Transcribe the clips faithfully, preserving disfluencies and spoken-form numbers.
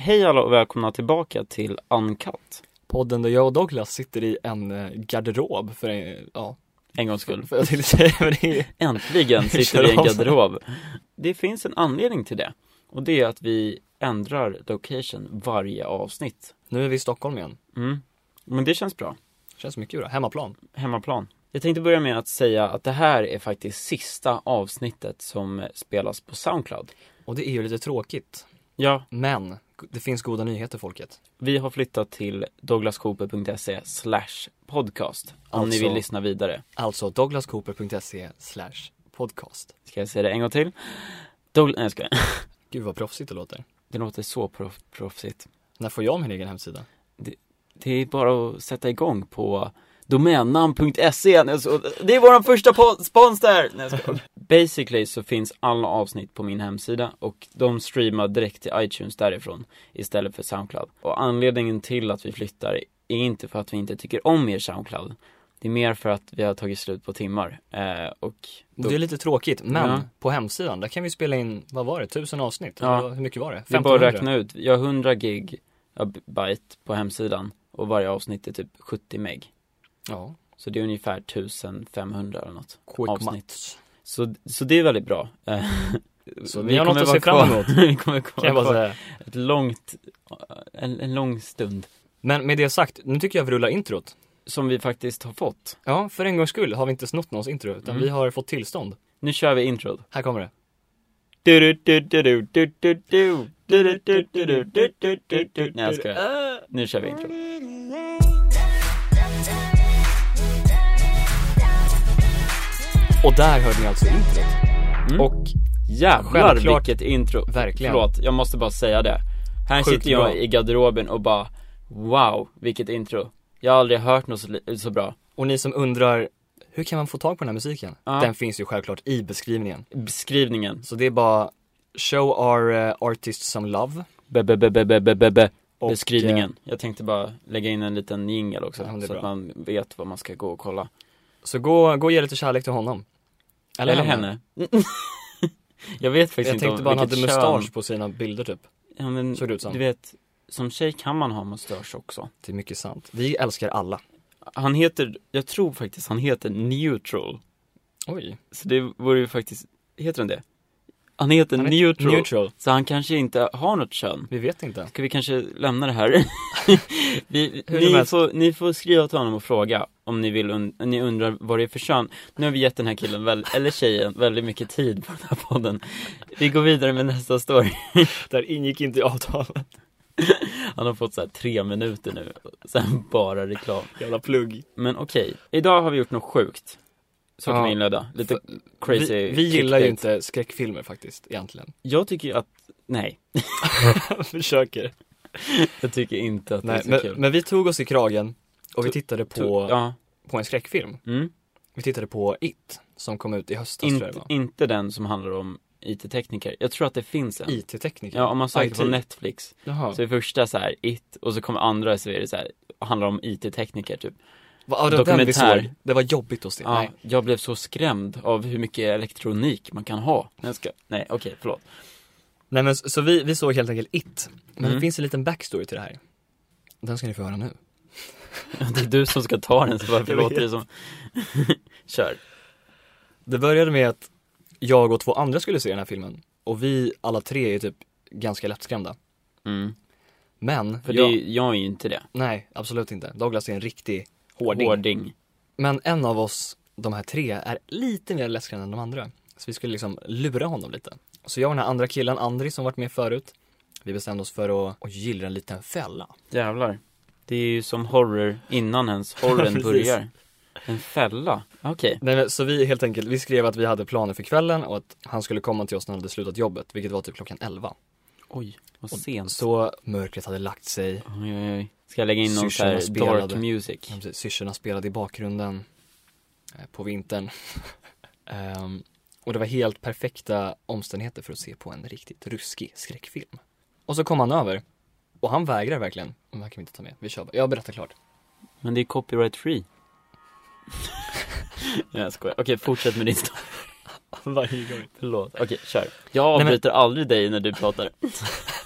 Hej alla och välkomna tillbaka till Uncut. Podden där jag och Douglas sitter i en eh, garderob för en, ja, En gångs skull. för jag tänkte säga, men det är... Äntligen sitter vi i en garderob. Det finns en anledning till det. Och det är att vi ändrar location varje avsnitt. Nu är vi i Stockholm igen. Mm. Men det känns bra. Känns mycket bra. Hemmaplan. Hemmaplan. Jag tänkte börja med att säga att det här är faktiskt sista avsnittet som spelas på SoundCloud. Och det är ju lite tråkigt. Ja. Men det finns goda nyheter, folket. Vi har flyttat till douglascooper.se slash podcast. Om Alltså- ni vill lyssna vidare. Alltså douglascooper.se slash podcast. Ska jag säga det en gång till? Douglas... Nej, jag skojar. Gud vad proffsigt det låter. Det låter så proff- proffsigt. När får jag min egen hemsida? Det är bara att sätta igång på domännamn punkt se. Det är vår första po- spons där. Nej, jag skojar. Basically så finns alla avsnitt på min hemsida och de streamar direkt till iTunes därifrån istället för SoundCloud. Och anledningen till att vi flyttar är inte för att vi inte tycker om mer SoundCloud. Det är mer för att vi har tagit slut på timmar. Eh, och då... Det är lite tråkigt, men Ja. på hemsidan, där kan vi spela in, vad var det, tusen avsnitt? Ja. Eller hur mycket var det? Det är bara att femtonhundra? räkna ut. Jag har hundra gig byte på hemsidan och varje avsnitt är typ sjuttio meg. Ja, Så det är ungefär tusenfemhundra eller något quick avsnitt. maths. Så, så det är väldigt bra. Eh, Så vi har något att se fram kvar- emot. Vi kommer Kan jag komma bara kvar säga. ett långt, en, en lång stund. Men med det sagt, nu tycker jag vi rullar introt. Som vi faktiskt har fått. Ja, för en gångs skull har vi inte snott någons intro, utan Mm. vi har fått tillstånd. Nu kör vi introt. Här kommer det. Du, du, du, du, du, du, du, du. Du, du, du, du, du, du, du, du, du. Nej, jag skojar. Nu kör vi introt. Och där hörde ni alltså introt. Mm. Och Jävlar Självklart. vilket intro. verkligen. Förlåt, jag måste bara säga det. Här Sjukt sitter jag bra. i garderoben och bara wow, vilket intro. Jag har aldrig hört något så, li- så bra. Och ni som undrar, hur kan man få tag på den här musiken? Ja. Den finns ju självklart i beskrivningen. Beskrivningen. Så det är bara show our uh, artists some love. Be, be, be, be, be, be, be. Och, Beskrivningen. Jag tänkte bara lägga in en liten jingle också. Ja, det är så att bra. man vet vad man ska gå och kolla. Eh, så gå, gå och ge lite kärlek till honom. Eller, henne. jag vet faktiskt Jag inte tänkte om bara han hade vilket mustasch kön. på sina bilder typ. Ja, men, Såg det ut som. du vet, som tjej kan man ha mustasch också. Det är mycket sant. Vi älskar alla. Han heter, jag tror faktiskt han heter Neutral. Oj. Så det vore ju faktiskt, heter han det? Han heter Han är Neutral. Neutral. Så han kanske inte har något kön. Vi vet inte. Ska vi kanske lämna det här? vi, Hur som ni, helst. får, ni får skriva till honom och fråga om ni vill und- ni undrar vad det är för kön. Nu har vi gett den här killen, väl, eller tjejen, väldigt mycket tid på den här podden. Vi går vidare med nästa story. Där ingick inte i avtalet. Han har fått så här tre minuter nu. Sen bara reklam. Jävla plugg. Men okej, idag har vi gjort något sjukt. Så kan Ja. vi inleda. Lite crazy. Vi, vi gillar ju clickbait. inte skräckfilmer faktiskt, egentligen. Jag tycker ju att, nej. Försöker. Jag tycker inte att det Nej, är så men, kul. men vi tog oss i kragen och vi To- tittade på, To- ja. på en skräckfilm. Mm. Vi tittade på It, som kom ut i höstas tror jag Inte, det var. inte den som handlar om I T-tekniker. Jag tror att det finns en. I T-tekniker. Ja, om man söker I T. på Netflix. Jaha. Så är första så här It, och så kommer andra så är det så här, handlar om I T-tekniker typ. Va, ja, det var den vi dokumentär. såg. Det var jobbigt att se. Ja, Nej. jag blev så skrämd av hur mycket elektronik man kan ha. Nej, jag ska, nej okej, förlåt. Nej men så så vi, vi såg helt enkelt It. Men Mm. det finns en liten backstory till det här. Den ska ni få höra nu. Det är du som ska ta den, så varför Jag låter vet. det som... Kör. Det började med att jag och två andra skulle se den här filmen. Och vi alla tre är typ ganska lättskrämda. Mm. Men, För jag, det är, jag är ju inte det. nej absolut inte. Douglas är en riktig hårding. Hårding. Men en av oss, de här tre, är lite mer läskande än de andra. Så vi skulle liksom lura honom lite. Så jag och den här andra killen, Andri, som varit med förut, vi bestämde oss för att, att gilla en liten fälla. Jävlar. Det är ju som horror innan ens horrorn Precis. börjar. En fälla. Okej. Nej, men, så vi helt enkelt, vi skrev att vi hade planer för kvällen och att han skulle komma till oss när han hade slutat jobbet, vilket var typ klockan elva. Oj, vad sent. Så mörkret hade lagt sig. Oj, oj, oj. Ska jag lägga in någon så Syrsorna här dark spelade. music? Ja, precis. Syrsorna spelade i bakgrunden eh, på vintern. Ehm, och det var helt perfekta omständigheter för att se på en riktigt ruskig skräckfilm. Och så kom han över. Och han vägrar verkligen. Det här kan vi inte ta med. Vi kör bara. Jag berättar klart. Men det är copyright free. Jag skojar. Okej, fortsätt med din story. Varje gång. Förlåt. Okej, kör. Jag avbryter aldrig dig när du pratar.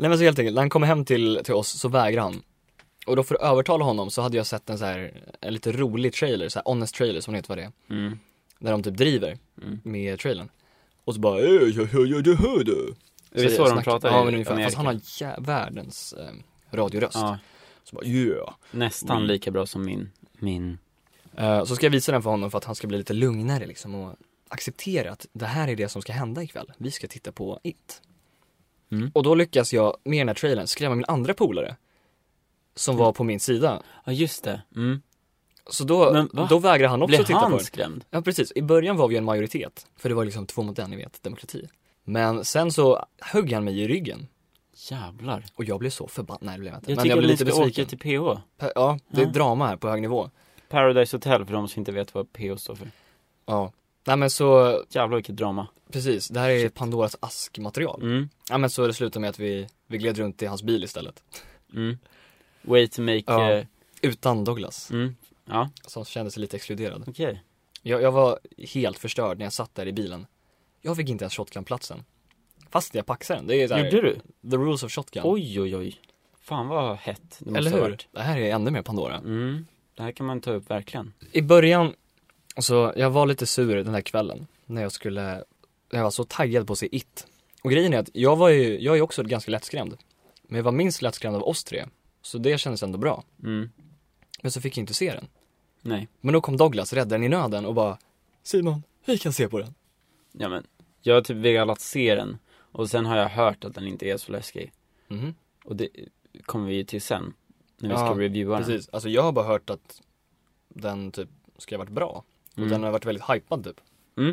Nej men så helt enkelt, när han kommer hem till, till oss så vägrar han. Och då för att övertala honom så hade jag sett en så här, en lite rolig trailer, så här honest trailer som heter vad det är. Mm. Där de typ driver Mm. med trailern. Och så bara, äh, jag hör ju det hör du. Det är så, så de snackar, pratar ja, i men ungefär, Amerika. fast han har jä- världens eh, radioröst. Ja, Så bara, yeah. nästan Mm. lika bra som min, min. Uh, så ska jag visa den för honom för att han ska bli lite lugnare liksom och acceptera att det här är det som ska hända ikväll. Vi ska titta på It. Mm. Och då lyckas jag med den här trailern skrämma min andra polare som Mm. var på min sida. Ja, just det. Mm. Så då, Men, va? då vägrar han också Blev titta han på den. skrämd? Ja precis, i början var vi en majoritet. För det var liksom två mot en, ni vet, demokrati. Men sen så högg han mig i ryggen. Jävlar. Och jag blev så förbannad. Nej det blev jag inte. Jag Men tycker jag att blev ni lite ska besviken. åka till P H. Pa- Ja, det är Ja. drama här på hög nivå. Paradise Hotel för de som inte vet vad P H står för. Ja. Nej men så, Jävlar vilket drama. precis, det här är Pandoras askmaterial. Mm. Ja men så det slutar med att vi, vi gled runt i hans bil istället. Mm. Way to make... Ja. eh, Utan Douglas, Mm. Ja, som kände sig lite exkluderad. okej. Jag, jag var helt förstörd när jag satt där i bilen. Jag fick inte ens shotgunplatsen. Fast jag paxade den, det är så här, Gjorde du? the rules of shotgun. Oj, oj, oj. Fan vad hett det måste Eller ha hur? varit. Det här är ännu mer Pandora. Mm. Det här kan man ta upp verkligen. I början, så jag var lite sur den här kvällen. När jag skulle, jag var så taggad på att se It. Och grejen är att jag var ju, jag är också ganska lättskrämd. Men jag var minst lättskrämd av oss tre. Så det kändes ändå bra. Mm. Men så fick jag inte se den. Nej. Men då kom Douglas, räddaren i nöden och bara, Simon, vi kan se på den. Ja men, jag har typ velat se den. Och sen har jag hört att den inte är så läskig. Mhm. Och det kommer vi ju till sen. När vi Ja, ska reviewa den. Precis, alltså jag har bara hört att den typ ska ha varit bra. Och Mm. den har varit väldigt hypad typ.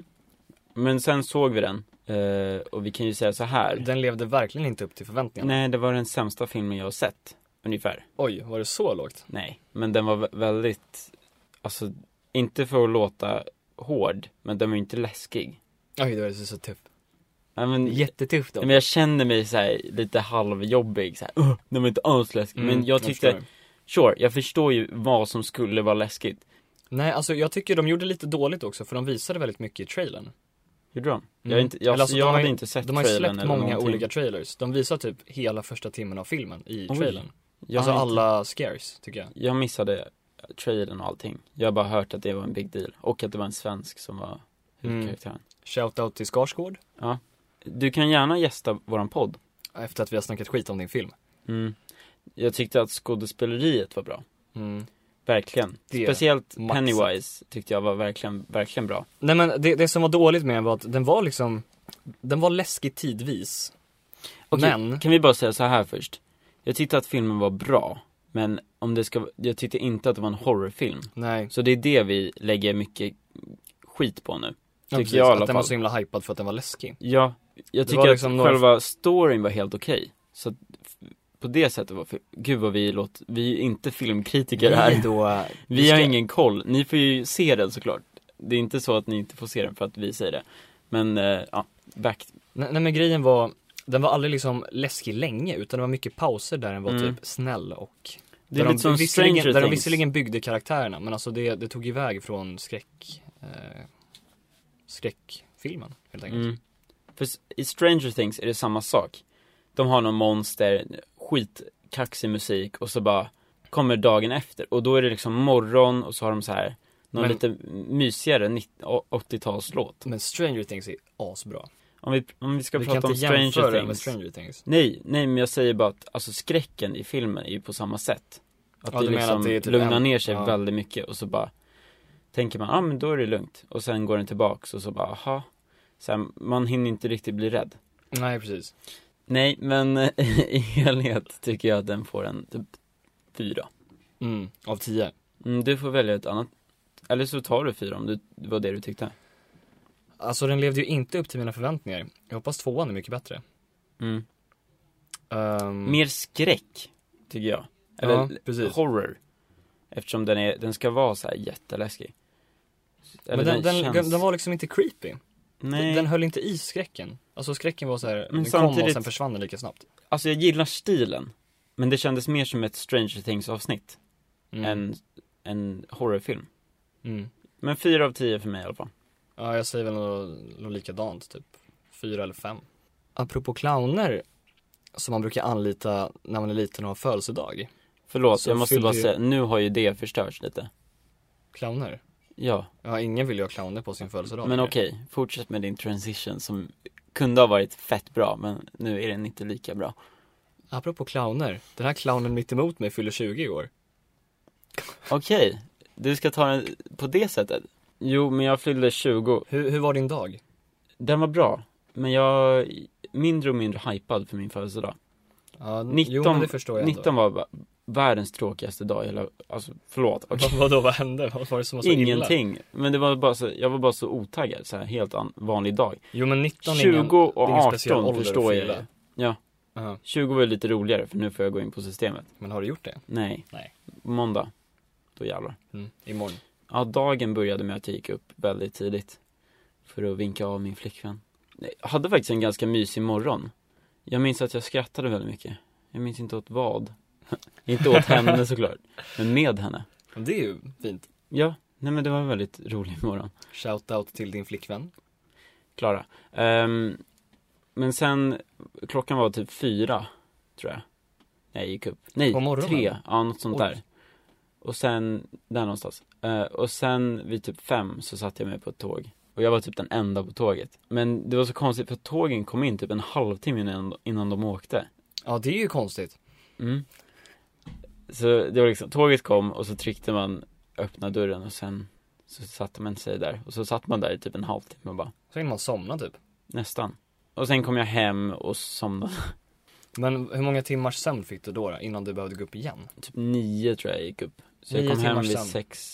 Men sen såg vi den. eh, och vi kan ju säga så här. Den levde verkligen inte upp till förväntningarna. Nej, det var den sämsta filmen jag har sett. Ungefär. Oj, var det så lågt? Nej, men den var vä- väldigt, alltså, inte för att låta hård, men den var inte läskig. Oj, det var så, så tufft. Ja, men, Jättetufft då. men jag känner mig så här, lite halvjobbig, så här, "Åh, den var inte alls läskig." Mm, men jag tyckte, förstår. sure, jag förstår ju vad som skulle vara läskigt. Nej, alltså jag tycker de gjorde lite dåligt också, för de visade väldigt mycket i trailern. Gjorde de? Jag, Mm. är inte, jag, Eller alltså, jag de har hade ju- inte sett De har ju trailern släppt eller många någonting. olika trailers. De visar typ hela första timmen av filmen i Oj. trailern. Jag Alltså har inte- alla scares, tycker jag. Jag missade trailern och allting. Jag har bara hört att det var en big deal. Och att det var en svensk som var huvudkaraktären. Shoutout till Skarsgård, Ja. Du kan gärna gästa våran podd. efter att vi har snackat skit om din film. Mm. Jag tyckte att skådespeleriet var bra. Mm. Verkligen. Det Speciellt maxat. Pennywise tyckte jag var verkligen, verkligen bra. Nej men det, det som var dåligt med den var att den var liksom, den var läskig tidvis. Okej, Men, kan vi bara säga så här först. Jag tyckte att filmen var bra. Men om det ska, jag tyckte inte att det var en horrorfilm. nej. Så det är det vi lägger mycket skit på nu. Ja, Tycker precis, jag i att alla den var fall. så himla hypad för att den var läskig. Ja, jag Det tycker var att liksom några- själva storyn var helt okej. Så att f- på det sättet var, för, gud vad vi låter, vi är ju inte filmkritiker här. då, Vi har ingen koll, ni får ju se den såklart. Det är inte så att ni inte får se den för att vi säger det. Men, eh, ja, back. Nej, nej men grejen var, den var aldrig liksom läskig länge, utan det var mycket pauser där den var Mm. typ snäll och Det är där lite som de, visserligen, Stranger där de Things. visserligen byggde karaktärerna, men alltså det, det tog iväg från skräck eh, skräckfilmen helt enkelt. Mm. För s- i Stranger Things är det samma sak. De har någon monster, skitkaxig musik och så bara kommer dagen efter. Och då är det liksom morgon och så har de så här någon Men- lite mysigare nittio åttiotalslåt. Men Stranger Things är asbra. Om vi, om vi ska Vi kan prata om inte Stranger jämföra Things. med Stranger Things. Nej, nej men jag säger bara att alltså skräcken i filmen är ju på samma sätt. Att Ja, det du menar liksom att det är typ lugnar en- ner sig ja. väldigt mycket och så bara tänker man, ja ah, men då är det lugnt. Och sen går den tillbaks och så bara, aha. Så här, man hinner inte riktigt bli rädd. Nej, precis. Nej, men i helhet tycker jag att den får en typ fyra. Mm, av tio. Mm, du får välja ett annat. Eller så tar du fyra om du, det var det du tyckte. Alltså den levde ju inte upp till mina förväntningar. Jag hoppas tvåan är mycket bättre. Mm. Um, Mer skräck, tycker jag. Eller Ja, precis. horror. Eftersom den, är, den ska vara så här jätteläskig. men den, den, den var liksom inte creepy. Nej. Den höll inte i skräcken. Alltså skräcken var så här, Men den kom och samtidigt- sen försvann den lika snabbt. Alltså jag gillar stilen. Men det kändes mer som ett Stranger Things avsnitt. Mm. Än en horrorfilm. Mm. Men fyra av tio för mig i alla fall. Ja, jag säger väl något, något likadant, typ fyra eller fem. Apropå clowner, som man brukar anlita när man är liten och har födelsedag. Förlåt, Så jag måste fyller bara ju- säga, nu har ju det förstörts lite. Clowner. Ja, Ja, ingen vill ju ha clowner på sin födelsedag. men okej, fortsätt med din transition som kunde ha varit fett bra, men nu är den inte lika bra. Apropå clowner, den här clownen mitt emot mig fyller tjugo i år. Okej, du ska ta den på det sättet. Jo, men jag fyllde tjugo. Hur, hur var din dag? Den var bra, men jag är mindre och mindre hypad för min födelsedag. Ja, nitton, jo, men det förstår jag ändå. nitton var bara världens tråkigaste dag, eller, alltså förlåt. Okay. Vad, vadå, vad hände? Vad var det som var så illa? Ingenting, men det var bara så, jag var bara så otaggad, så här helt an, vanlig dag. Jo, men nitton är tjugo ingen, och det är ingen speciell arton ålder förstår att jag fylla. ju. Ja, Aha. tjugo var lite roligare, för nu får jag gå in på systemet. Men har du gjort det? Nej, Nej. måndag, då jävlar. Mm. Imorgon. Ja, dagen började med att jag gick upp väldigt tidigt för att vinka av min flickvän. Jag hade faktiskt en ganska mysig morgon. Jag minns att jag skrattade väldigt mycket. Jag minns inte åt vad. Inte åt henne såklart, men med henne. Men det är ju fint. Ja, nej men det var en väldigt rolig morgon. Shoutout till din flickvän. Klara. Um, men sen, klockan var typ fyra, tror jag. Jag gick upp. Nej, På morgonen? tre. Ja, något sånt Oj. där. Och sen, där någonstans. Uh, och sen vid typ fem så satte jag mig på ett tåg. Och jag var typ den enda på tåget. Men det var så konstigt för tågen kom in typ en halvtimme innan, innan de åkte. Ja, det är ju konstigt. Mm. Så det var liksom, tåget kom och så tryckte man öppna dörren och sen så satte man sig där. Och så satt man där i typ en halvtimme och bara, Så kan man somna typ. nästan. Och sen kom jag hem och somnade. Men hur många timmars sömn fick du då, då innan du behövde gå upp igen? Typ nio tror jag gick upp. Så Nio jag kom hem timmars vid sömn.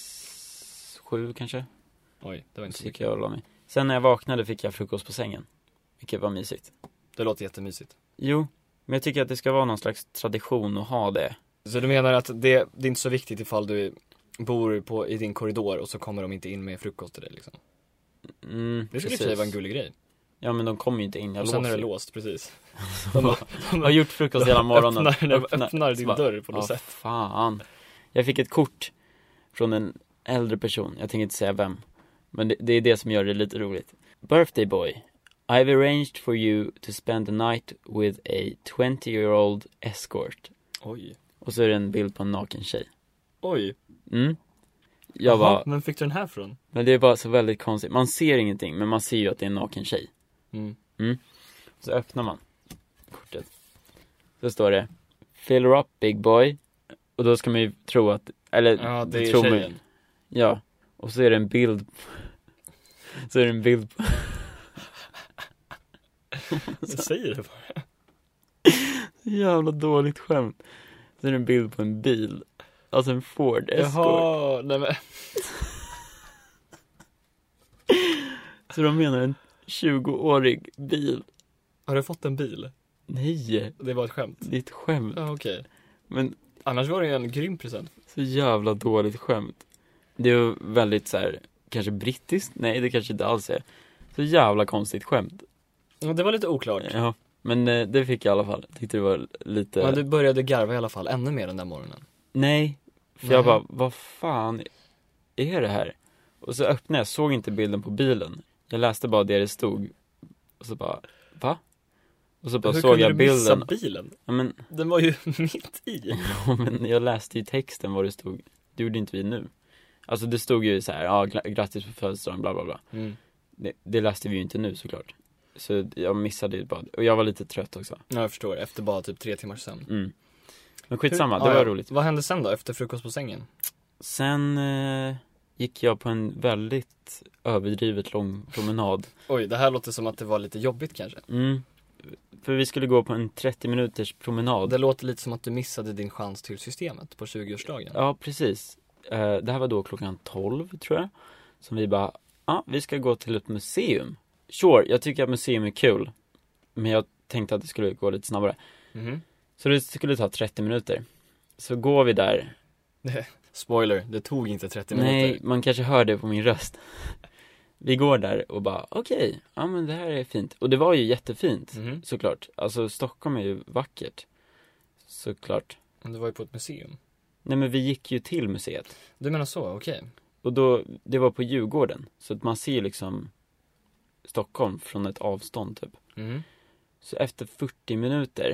sex, sju kanske. Oj, det var inte Så så gick mycket. jag och la mig. Sen när jag vaknade fick jag frukost på sängen. Vilket var mysigt. Det låter jättemysigt. Jo, men jag tycker att det ska vara någon slags tradition att ha det. Så du menar att det, det är inte så viktigt ifall du bor på, i din korridor och så kommer de inte in med frukost till dig liksom? Mm, Det skulle i och precis. för sig vara en gullig grej. Ja, men de kommer ju inte in, jag Och sen är det låser. låst, precis. Jag har gjort frukost hela morgonen. Öppnar, öppnar så din bara, dörr på något ja, sätt. fan. Jag fick ett kort från en äldre person. Jag tänker inte säga vem. Men det, det är det som gör det lite roligt. Birthday boy. I've arranged for you to spend the night with a twenty-year-old escort. Oj. Och så är det en bild på en naken tjej. Oj. Mm. Jag Jaha, bara, men fick du den här från? men det är bara så väldigt konstigt. Man ser ingenting, men man ser ju att det är en naken tjej. Mm. Mm. Så öppnar man kortet. Så står det fill her up big boy. Och då ska man ju tro att, eller Ja, det är tror man, tjejen. ja. Och så är det en bild. Så är det en bild på, Jag säger det bara. jävla dåligt skämt. Så är det en bild på en bil. Alltså en Ford Escort. Jaha, nej men. Så de menar en tjugo-årig bil. Har du fått en bil? Nej, Det var ett skämt. det är ett skämt. Ja, okej. Men Annars var det ju en grym present. så jävla dåligt skämt. Det är ju väldigt så här, kanske brittiskt? Nej, det kanske inte alls är. Så jävla konstigt skämt. Ja, det var lite oklart. Ja, men eh, det fick jag i alla fall. Jag tyckte det var lite... Men du började garva i alla fall ännu mer den där morgonen. Nej, för Nej. jag bara, vad fan är det här? Och så öppnade jag, såg inte bilden på bilen. Jag läste bara det det stod. Och så bara, va? Och så bara Hur såg kunde jag du bilden. missa bilen? Ja, men, Den var ju mitt i. ja, men jag läste i texten vad det stod. Det gjorde inte vi nu. Alltså det stod ju så här, ja, gla- grattis på födelsedagen, bla bla bla. Mm. Det, det läste vi ju inte nu såklart. Så jag missade ju bara. Och jag var lite trött också. Ja, jag förstår. Efter bara typ tre timmars sömn. Mm. Men skitsamma, Hur- det ja, var ja. roligt. Vad hände sen då, efter frukost på sängen? Sen eh, gick jag på en väldigt överdrivet lång promenad. Oj, det här låter som att det var lite jobbigt kanske. Mm. För vi skulle gå på en trettio minuters promenad. Det låter lite som att du missade din chans till systemet på tjugoårsdagen. Ja, precis. Eh, det här var då klockan tolv, tror jag. Som vi bara, ja, ah, vi ska gå till ett museum. Sure, jag tycker att museum är kul. Men jag tänkte att det skulle gå lite snabbare. Mhm. Så det skulle ta trettio minuter. Så går vi där. Spoiler, det tog inte trettio Nej, minuter. man kanske hör det på min röst. Vi går där och bara, okej, okay, ja men det här är fint. Och det var ju jättefint, Mhm. såklart. Alltså Stockholm är ju vackert. Såklart. Men det var ju på ett museum. Nej, men vi gick ju till museet. Du menar så, okej. Och då, det var på Djurgården. Så att man ser liksom Stockholm från ett avstånd typ. Mhm. Så efter fyrtio minuter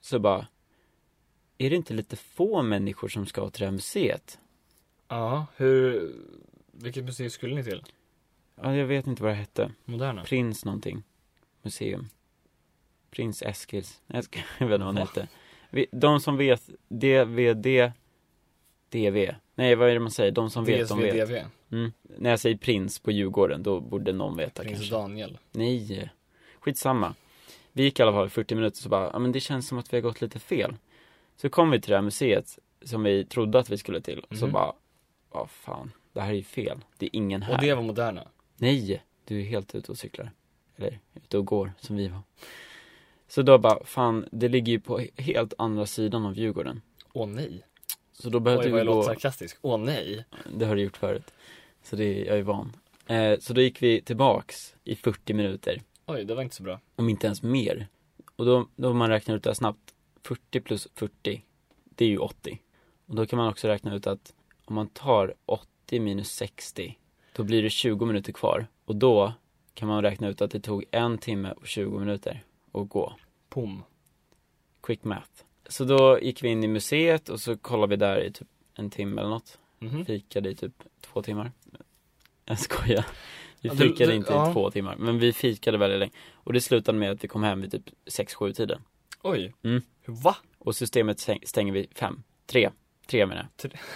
Så bara, är det inte lite få människor som ska till det här museet? Ja, hur... Vilket museum skulle ni till? Ja, jag vet inte vad det hette. Moderna? Prins någonting. Museum. Prins Eskils. Jag ska- jag vet inte vad det hette. Vi- De som vet, D V D, D V. Nej, vad är det man säger? De som vet, de vet. D S V D V. Mm. När jag säger prins på Djurgården, då borde någon veta Prins kanske. Daniel. Nej, skitsamma. Vi gick i alla fall fyrtio minuter så bara, ja men det känns som att vi har gått lite fel. Så kom vi till det här museet som vi trodde att vi skulle till. Och så Mhm. bara, ja fan, det här är ju fel. Det är ingen här. Och det var Moderna. Nej, du är helt ute och cyklar. Eller ute och går, som vi var. Så då bara, fan, det ligger ju på helt andra sidan av Djurgården. Åh nej. Så då behövde Oj, vad vi jag gå, låter sarkastisk. Åh nej. det har du gjort förut. Så det är, jag är van. Eh, så då gick vi tillbaks i fyrtio minuter. Oj, det var inte så bra. Om inte ens mer. Och då, då man räknar ut det här snabbt. fyrtio plus fyrtio, det är ju åttio. Och då kan man också räkna ut att om man tar åttio minus sextio, då blir det tjugo minuter kvar. Och då kan man räkna ut att det tog en timme och tjugo minuter att gå. Pom. Quick math. Så då gick vi in i museet och så kollade vi där i typ en timme eller något. Mhm. Fikade i typ två timmar. Jag skojar. Vi Ja, du- fikade du- inte ja. i två timmar, men vi fikade väldigt länge. Och det slutade med att vi kom hem vid typ sex sju tiden. Oj. Mm. Va? Och systemet stäng- stänger vid fem. Tre. Tre menar jag. Tre.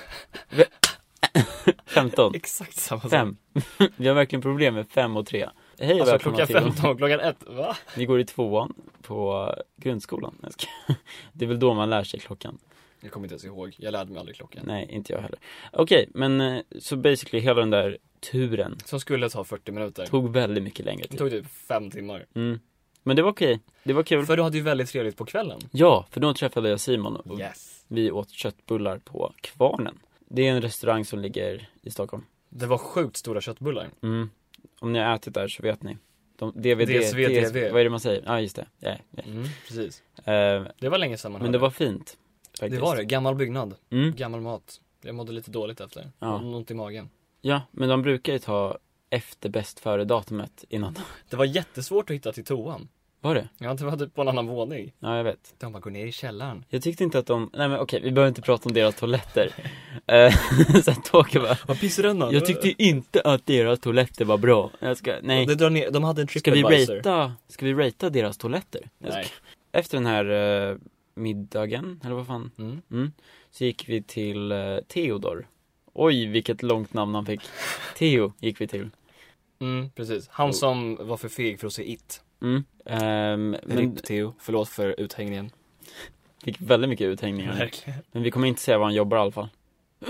femton. Exakt samma sak. Fem. Vi har verkligen problem med fem och tre. Hej och Alltså välkomna klockan till- femton, klockan ett. Va? Ni går i tvåan på grundskolan. Jag ska- Det är väl då man lär sig klockan. Jag kommer inte ens ihåg. Jag lärde mig aldrig klockan. Nej, inte jag heller. Okej, men eh, så basically hela den där turen Som skulle ta fyrtio minuter. tog väldigt mycket längre Det tid. tog typ fem timmar. Mm. Men det var okej. Det var kul. För du hade ju väldigt trevligt på kvällen. Ja, för då träffade jag Simon och Yes. vi åt köttbullar på Kvarnen. Det är en restaurang som ligger i Stockholm. Det var sjukt stora köttbullar. Mm. Om ni har ätit där så vet ni. De, D V D, D S V D V. vad är det man säger? Ja, ah, just det. Ja, ja. Mm, precis. Eh, Det var länge sedan man men hörde. det var fint. Faktiskt. Det var det, gammal byggnad, Mm. gammal mat. Jag mådde lite dåligt efter. Ja. Jag hade ont i magen. Ja, men de brukar ju ta efter bäst före datumet innan. Det var jättesvårt att hitta till toan. Var det? Ja, det var typ på en annan våning. Ja, jag vet. De bara, gå ner i källaren. Jag tyckte inte att de, nej men okej, vi behöver inte prata om deras toaletter. Eh, så att åka bara. Vad pissrännan? Jag tyckte inte att deras toaletter var bra. Jag ska, nej. Det drar ner, de hade en Ska vi TripAdvisor. ratea, ska vi ratea deras toaletter? Jag ska- Nej. Efter den här eh, middagen, eller vad fan, Mm. mm, så gick vi till eh, Theodor. Oj, vilket långt namn han fick. Theo gick vi till. Mm, precis. Han som var för feg för att se It. Mm. Ehm, men Ripp Theo, förlåt för uthängningen. fick väldigt mycket uthängningar. Verkligen. Men vi kommer inte säga var han jobbar i alla fall.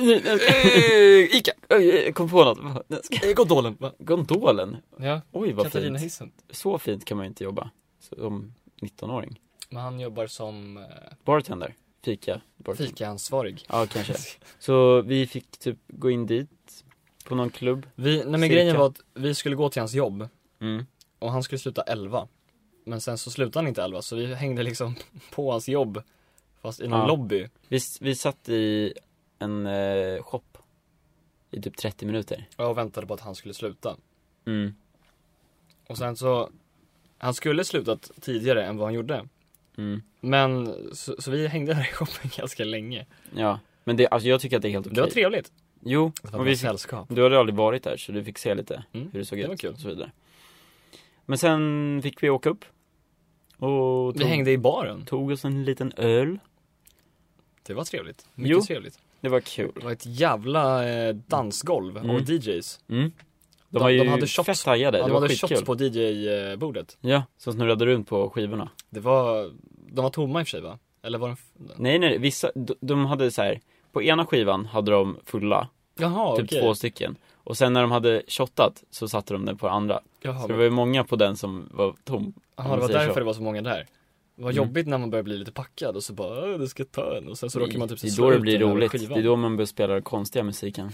Ica! Jag kom på något. Eh, Gondolen. Va? Gondolen. Ja, Oj, vad Katarina fint. Hissen. Så fint kan man ju inte jobba som nittonåring. Men han jobbar som eh, Bartender. Fika. Bartender. fikaansvarig. Ja, kanske. Så vi fick typ gå in dit på någon klubb. Vi, nej men Cirka. grejen var att vi skulle gå till hans jobb. Mm. Och han skulle sluta elva. Men sen så slutade han inte elva. Så vi hängde liksom på hans jobb. Fast i någon Ja. lobby. Vi, vi satt i en eh, shop i typ trettio minuter. Och väntade på att han skulle sluta. Mm. Och sen så, han skulle slutat tidigare än vad han gjorde. Mm. Men, så, så vi hängde där i shoppen ganska länge. Ja, men det, alltså jag tycker att det är helt okej. Det var trevligt. Jo, Det var och vi vi sällskap. du hade aldrig varit där så du fick se lite Mm, hur det såg det ut var kul. och så vidare. Men sen fick vi åka upp och Vi tog, hängde i baren. tog oss en liten öl. Det var trevligt. Mycket Jo. trevligt. Det var kul. Det var ett jävla eh, dansgolv Mm. och D Js. Mm. De, De- var ju de hade shots- fett taggade, Ja, det de var hade skitkul. shots på D J-bordet. Ja, som snurrade runt på skivorna. Det var, de var tomma i och för sig va? Eller var de... f- Nej, nej, vissa, de, de hade så här. På ena skivan hade de fulla, Jaha, typ okej. två stycken. Och sen när de hade shottat så satte de den på andra. Jaha, Så det men- var ju många på den som var tom. Jaha, om man det var säger därför så. det var så många där. Det var Mm. jobbigt när man börjar bli lite packad och så bara, "Åh, du ska ta en." Och sen så råkar man typ Det är slå då det ut blir den här roligt, skivan. det är då man börjar spela den konstiga musiken.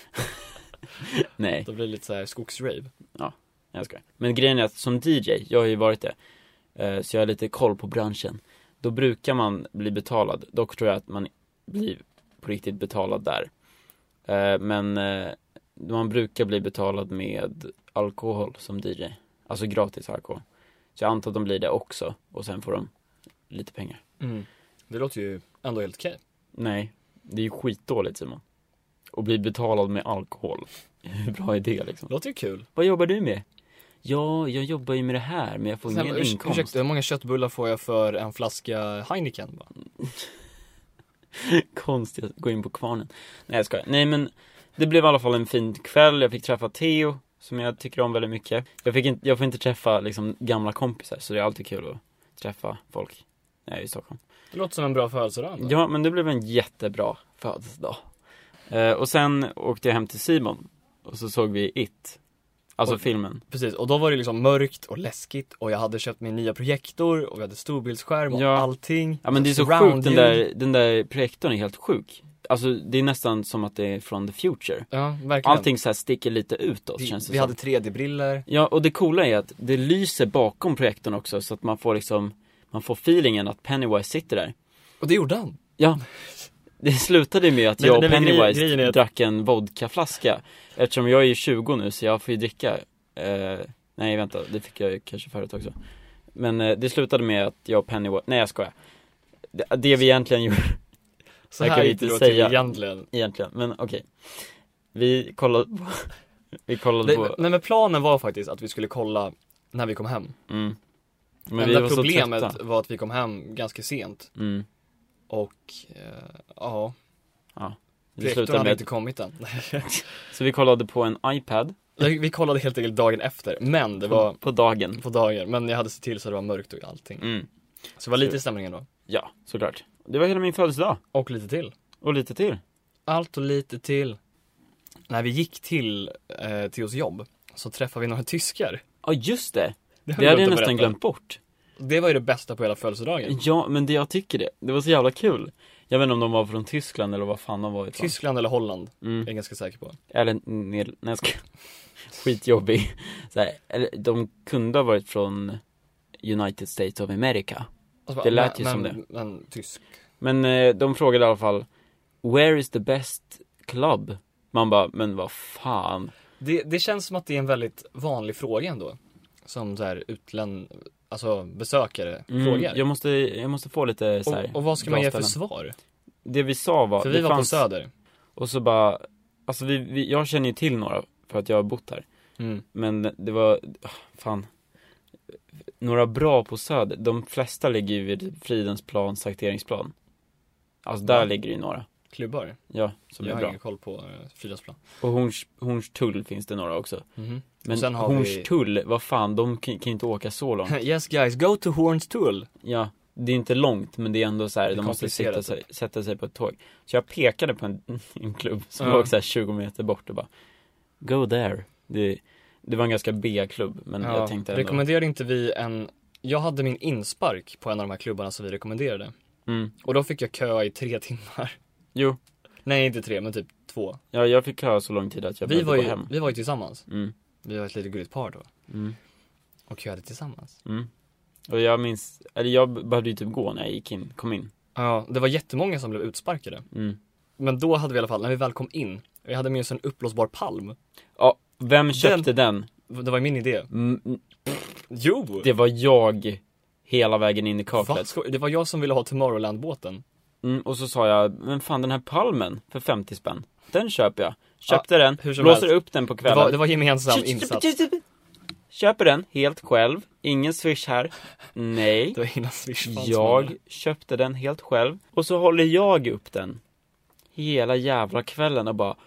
Nej, Då blir det lite så här skogsrave. jag ska. Men grejen är att som D J, jag har ju varit det, eh, så jag har lite koll på branschen. Då brukar man bli betalad, dock tror jag att man blir på riktigt betalad där. Eh, Men eh, man brukar bli betalad med alkohol som D J. Alltså gratis alkohol. Så jag antar att de blir det också, och sen får de lite pengar. Mm. Det låter ju ändå helt okej. Nej, det är ju skitdåligt, Simon. Och bli betalad med alkohol. Hur bra är det liksom? Det låter ju kul. Vad jobbar du med? Ja, jag jobbar ju med det här, men jag får ingen urs- inkomst. Ursäkta, hur många köttbullar får jag för en flaska Heineken? Va? Konstigt att gå in på kvarnen. Nej, jag skojar. Nej, men det blev i alla fall en fin kväll. Jag fick träffa Theo, som jag tycker om väldigt mycket. Jag, fick inte, jag får inte träffa liksom gamla kompisar, så det är alltid kul att träffa folk när jag är i Stockholm. Det låter som en bra födelsedag. Ja, men det blev en jättebra födelsedag. Eh, och sen åkte jag hem till Simon. Och så såg vi It. Alltså och, filmen. Precis, och då var det liksom mörkt och läskigt. Och jag hade köpt min nya projektor. Och vi hade storbildsskärm och Ja. allting. Ja, men det är så Surround sjukt, den ljud. där, den där projektorn är helt sjuk. Alltså det är nästan som att det är från the future. Ja, verkligen. Allting så här sticker lite utåt, Vi, känns det vi som. hade tre D-briller. Ja, och det coola är att det lyser bakom projektorn också. Så att man får liksom, man får feelingen att Pennywise sitter där. Och det gjorde han. Ja, det slutade med att Nej, jag och nej, men Pennywise grej- grejen är att- drack en vodkaflaska. Eftersom jag är ju tjugo nu, så jag får ju dricka. eh, Nej, vänta, det fick jag ju kanske förut också. Men eh, det slutade med att jag och Pennywise, nej jag skojar. Det, det vi egentligen gjorde, Så Jag här kan gick inte det då säga. till egentligen. egentligen, men okej. Vi kollade på, vi kollade Det, på, nej men planen var faktiskt att vi skulle kolla när vi kom hem. mm. Men Men vi det var så problemet trötta. var att vi kom hem ganska sent. Mm. Och eh, ja, Ja, det projektorn slutade hade med inte kommit än. så vi kollade på en iPad Vi kollade helt enkelt dagen efter. Men det var på, på dagen. på dagen. Men jag hade sett till så det var mörkt och allting. Mm. Så det var lite i stämningen då. Ja, såklart. Det var hela min födelsedag. Och lite till. Och lite till. Allt och lite till. När vi gick till eh, till oss jobb så träffade vi några tyskar. Ja, just det. Det, har Det vi hade jag glömt att nästan berätta. glömt bort. Det var ju det bästa på hela födelsedagen. Ja, men det jag tycker det. Det var så jävla kul. Jag vet inte om de var från Tyskland eller vad fan de var ifrån. Tyskland eller Holland, Mm. är jag ganska säker på. Eller, nej, jag ska... Skitjobbig. Så här, eller, de kunde ha varit från United States of America. Alltså, Det lät men, ju som men, Men tysk. Men eh, de frågade i alla fall, where is the best club? Man bara, men vad fan. Det, det känns som att det är en väldigt vanlig fråga ändå. Som så här utlän, alltså besökare Mm, frågar. jag, måste, jag måste få lite så här, och, och vad ska bra man ge för ställen. svar? Det vi sa var, För det vi var fanns, på Söder. och så bara, alltså vi, vi, jag känner ju till några för att jag har bott här. Mm. Men det var, ah, fan, några bra på Söder. De flesta ligger ju vid Fridhemsplan, Sakteringsplan. Alltså där Ja. ligger ju några. Klubbar. Ja, som jag är har bra. ingen koll på uh, Fridhemsplan. Och Horns, Hornstull finns det några också. Mhm. Men Och sen har vi- Hornstull, vad fan, de kan, kan inte åka så långt. Yes guys, go to Hornstull. Ja, det är inte långt, men det är ändå så här, Det är de måste sitta komplicerat. sig, sätta sig på ett tåg. Så jag pekade på en, en klubb som Ja. låg så här tjugo meter bort och bara, go there. Det, det var en ganska B-klubb, men Ja, jag tänkte ändå, rekommenderade inte vi en... Jag hade min inspark på en av de här klubbarna som vi rekommenderade. mm. Och då fick jag köa i tre timmar. Jo, Nej, inte tre, men typ två. ja, jag fick köa så lång tid att jag Vi behövde var, gå ju, hem. vi var ju tillsammans. Mm. Vi var ett litet gulligt par då. Mm. Och köade tillsammans. Mm. Och jag minns, eller jag behövde ju typ gå när jag gick in, kom in. Ja, det var jättemånga som blev utsparkade. Mm. Men då hade vi i alla fall, när vi väl kom in, vi hade med oss en uppblåsbar palm. Ja, vem köpte den? Det var min idé. Mm, Jo! det var jag hela vägen in i Va? kaklet. Sko- Det var jag som ville ha Tomorrowland-båten. Mm, och så sa jag, men fan den här palmen för femtio spänn, den köper jag. Köpte den, hur som blåser helst. upp den på Det kvällen. var, det var gemensam insats. Köper den helt själv, ingen swish här. Nej, Det var innan Swish fanns. jag köpte den helt själv. Och så håller jag upp den hela jävla kvällen och bara,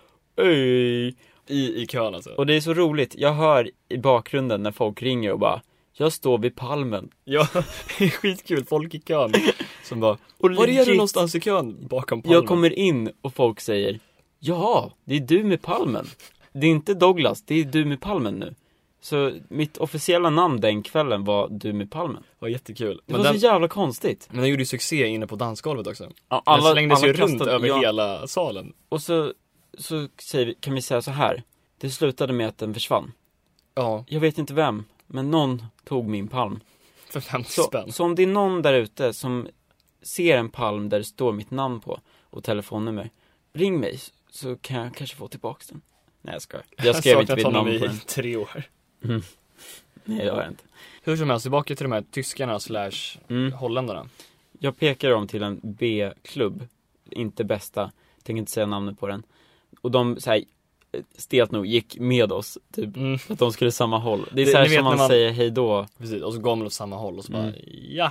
öj. I, i kön alltså. Och det är så roligt, jag hör i bakgrunden när folk ringer och bara, jag står vid palmen. Ja, det är skitkul. Folk i kön som bara, Och var är legit, du någonstans i kön? Bakom palmen. jag kommer in och folk säger, ja, det är du med palmen. Det är inte Douglas, det är du med palmen nu. Så mitt officiella namn den kvällen var du med palmen. Det var jättekul. Det Men var den, så jävla konstigt. men den gjorde ju succé inne på dansgolvet också. Ja, Den slängdes ju runt kastade- över ja. hela salen. Och så, så säger vi, kan vi säga så här. Det slutade med att den försvann. Ja, Jag vet inte vem, men någon tog min palm. för femtio Så, spänn. så om det är någon där ute som ser en palm där det står mitt namn på och telefonnummer, ring mig så kan jag kanske få tillbaka den. Nej, jag ska. Jag skrev inte saknat mitt honom namn på i den. tre år. Nej, det har jag inte. Hur som helst, tillbaka till de här tyskarna slash Mm. holländarna. Jag pekar dem till en B-klubb. Inte bästa. Tänker inte säga namnet på den. Och de så här, stelt nog gick med oss typ, Mm. för att de skulle samma håll. Det är Det- så här ni vet som man, när man- säger hej då. Precis, och så går man åt samma håll och så bara, Mm. ja,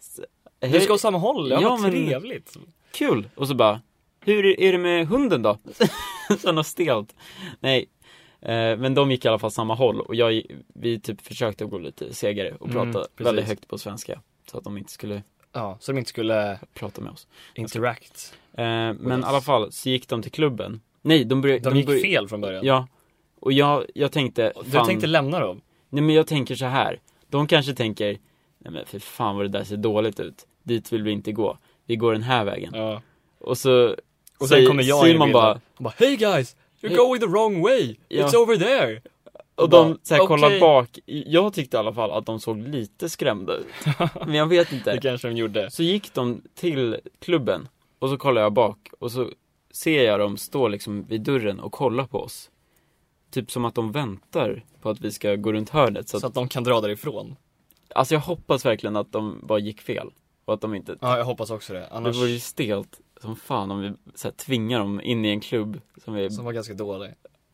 Hej, du ska åt samma håll, ja, Ja, vad men- trevligt. kul. Och så bara, hur är, är det med hunden då? Så något stelt. Nej, eh, men de gick i alla fall samma håll. Och jag, vi typ försökte gå lite segare och Mm, prata precis. väldigt högt på svenska. Så att de inte skulle Ja, så de inte skulle prata med oss. interact. Eh, men oss. i alla fall så gick de till klubben. Nej, de började... De gick började, fel från början. Ja. Och jag, jag tänkte, Du fan, tänkte lämna dem? nej men jag tänker så här. De kanske tänker, nej men för fan vad det där ser dåligt ut. Dit vill vi inte gå. Vi går den här vägen. Ja. Och så Och sen säger kommer jag in i Simon bilden. bara, Och bara, hey guys, you're Hey. going the wrong way. Ja. It's over there. och bara, de så här, kollar okej. bak. Jag tyckte i alla fall att de såg lite skrämda ut. Men jag vet Det inte. kanske de gjorde. Så gick de till klubben. Och så kollar jag bak. Och så ser jag dem stå liksom vid dörren och kolla på oss. Typ som att de väntar på att vi ska gå runt hörnet. Så att, Så att de kan dra därifrån. alltså jag hoppas verkligen att de bara gick fel. Och att de inte... Ja, jag hoppas också det. Det Annars, vore ju stelt som fan om vi så här, tvingar dem in i en klubb som är... som var ganska dålig.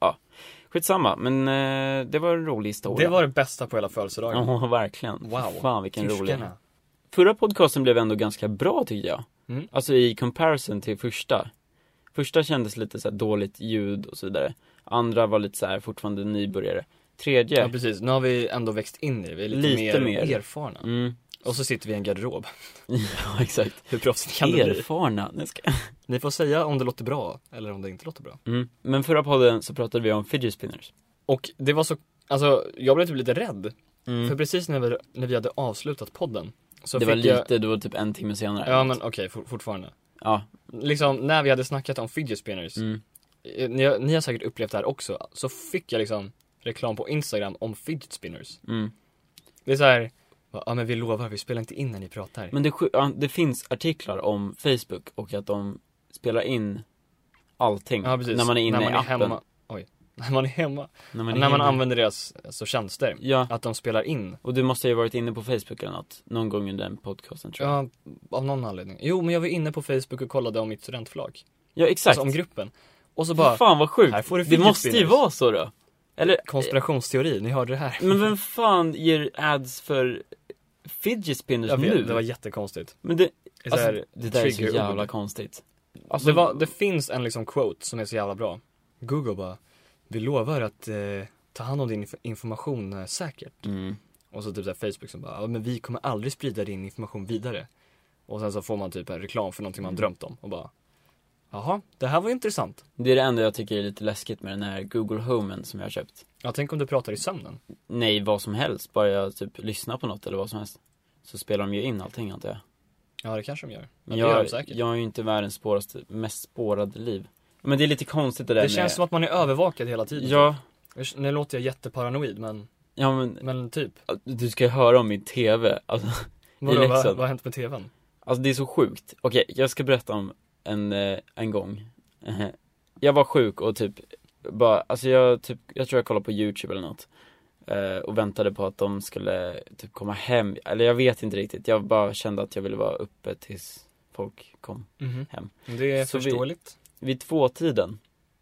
Skitsamma, men eh, det var en rolig historia. Det var det bästa på hela födelsedagen. Ja, verkligen. Wow. Fan vilken rolig. Tyskarna. Förra podcasten blev ändå ganska bra tyckte jag. Mm. Alltså i comparison till första. Första kändes lite så här dåligt ljud och så vidare. Andra var lite så här fortfarande nybörjare. Tredje, Ja, precis. Nu har vi ändå växt in i det. Vi är lite, Lite mer, mer. erfarna. mm, Och så sitter vi i en garderob. ja exakt. Hur proffsigt kan det bli? Erfarna. Nej, ska... Ni får säga om det låter bra eller om det inte låter bra. mm. Men förra podden så pratade vi om fidget spinners. Och det var så, alltså jag blev typ lite rädd. Mm. För precis när vi, när vi hade avslutat podden så Det fick var lite, jag, det var typ en timme senare. ja men okej, for, fortfarande. Ja. Liksom när vi hade snackat om fidget spinners, Mm. eh, ni, har- ni har säkert upplevt det här också, så fick jag liksom reklam på Instagram om fidget spinners. Mm. Det är så här, ja men vi lovar, vi spelar inte in när ni pratar. Men det, sj- ja, det finns artiklar om Facebook och att de spelar in allting Ja, precis. när man är inne när man i är appen. Hemma. Oj, när man är hemma. När man, är när man hemma. använder deras alltså, tjänster. Ja, Att de spelar in. och du måste ju ha varit inne på Facebook eller något någon gång under den podcasten tror jag. Ja, av någon anledning. Jo, men jag var inne på Facebook och kollade om mitt studentflak. Ja, exakt. Alltså om gruppen. Och så Bara, bara, fan vad sjukt. här får du Det fidget måste ju spinners. vara så då. Eller, konspirationsteori, ni hörde det här. men vem fan ger ads för fidget spinners Jag nu? vet, det var jättekonstigt. Men det, Det, är så alltså, här, det där är så triggerord. jävla konstigt. Alltså, det, var, det finns en liksom quote som är så jävla bra. Google bara, vi lovar att eh, ta hand om din inf- information eh, säkert. Mm. Och så typ så här Facebook som bara, ja men vi kommer aldrig sprida din information vidare. Och sen så får man typ en reklam för någonting man drömt om. Och bara, jaha, det här var intressant. Det är det enda jag tycker är lite läskigt med den här Google Homen som jag har köpt. Ja, tänk om du pratar i sömnen. Nej, vad som helst. Bara jag typ lyssnar på något eller vad som helst. Så spelar de ju in allting antar jag. Ja, det kanske de gör. Men ja, det gör de jag, säkert. jag är ju inte världens spåraste, mest spårade liv. Men det är lite konstigt det där Det med... känns som att man är övervakad hela tiden. Ja, Nu låter jag jätteparanoid, men, ja men men typ. du ska ju höra om min tv. Alltså, Vadå, Leksand. vad, vad har hänt med tvn? alltså det är så sjukt. Okej, jag ska berätta om en, eh, en gång. Eh, Jag var sjuk och typ bara, alltså jag typ, jag tror jag kollade på YouTube eller något. Eh, och väntade på att de skulle typ komma hem. Eller jag vet inte riktigt. Jag bara kände att jag ville vara uppe tills folk kom Mhm. hem. Det är Så vi- förståeligt. Vid tvåtiden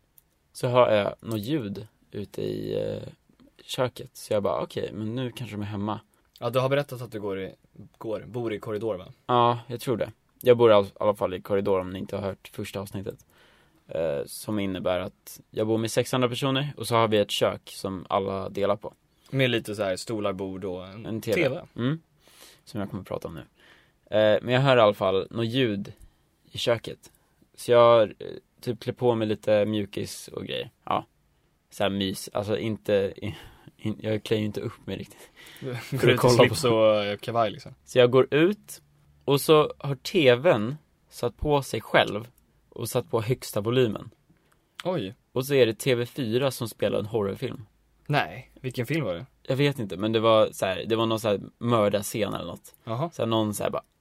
så hör jag något ljud ute i eh, köket. Så jag bara, okej, men nu kanske de är hemma. Ja, du har berättat att du går i, går, bor i korridor, va? Ja, jag tror det. Jag bor i all, alla fall i korridor om ni inte har hört första avsnittet. Eh, som innebär att jag bor med sex andra personer och så har vi ett kök som alla delar på. Med lite så här stolar, bord och en, En tv. tv. Mm. Som jag kommer att prata om nu. Eh, men jag hör i alla fall något ljud i köket. Så jag eh, typ klär på mig lite mjukis och grejer. Ja. Så här mys. Alltså inte... In, jag klär ju inte upp mig riktigt. Går ut i kolla slips på. och eh, kavaj liksom. Så jag går ut och så har tvn satt på sig själv och satt på högsta volymen. Oj. Och så är det T V fyra som spelar en horrorfilm. Nej, vilken film var det? Jag vet inte, men det var så här, det var någon så här mördarscen eller något. Jaha. Så här, någon så här bara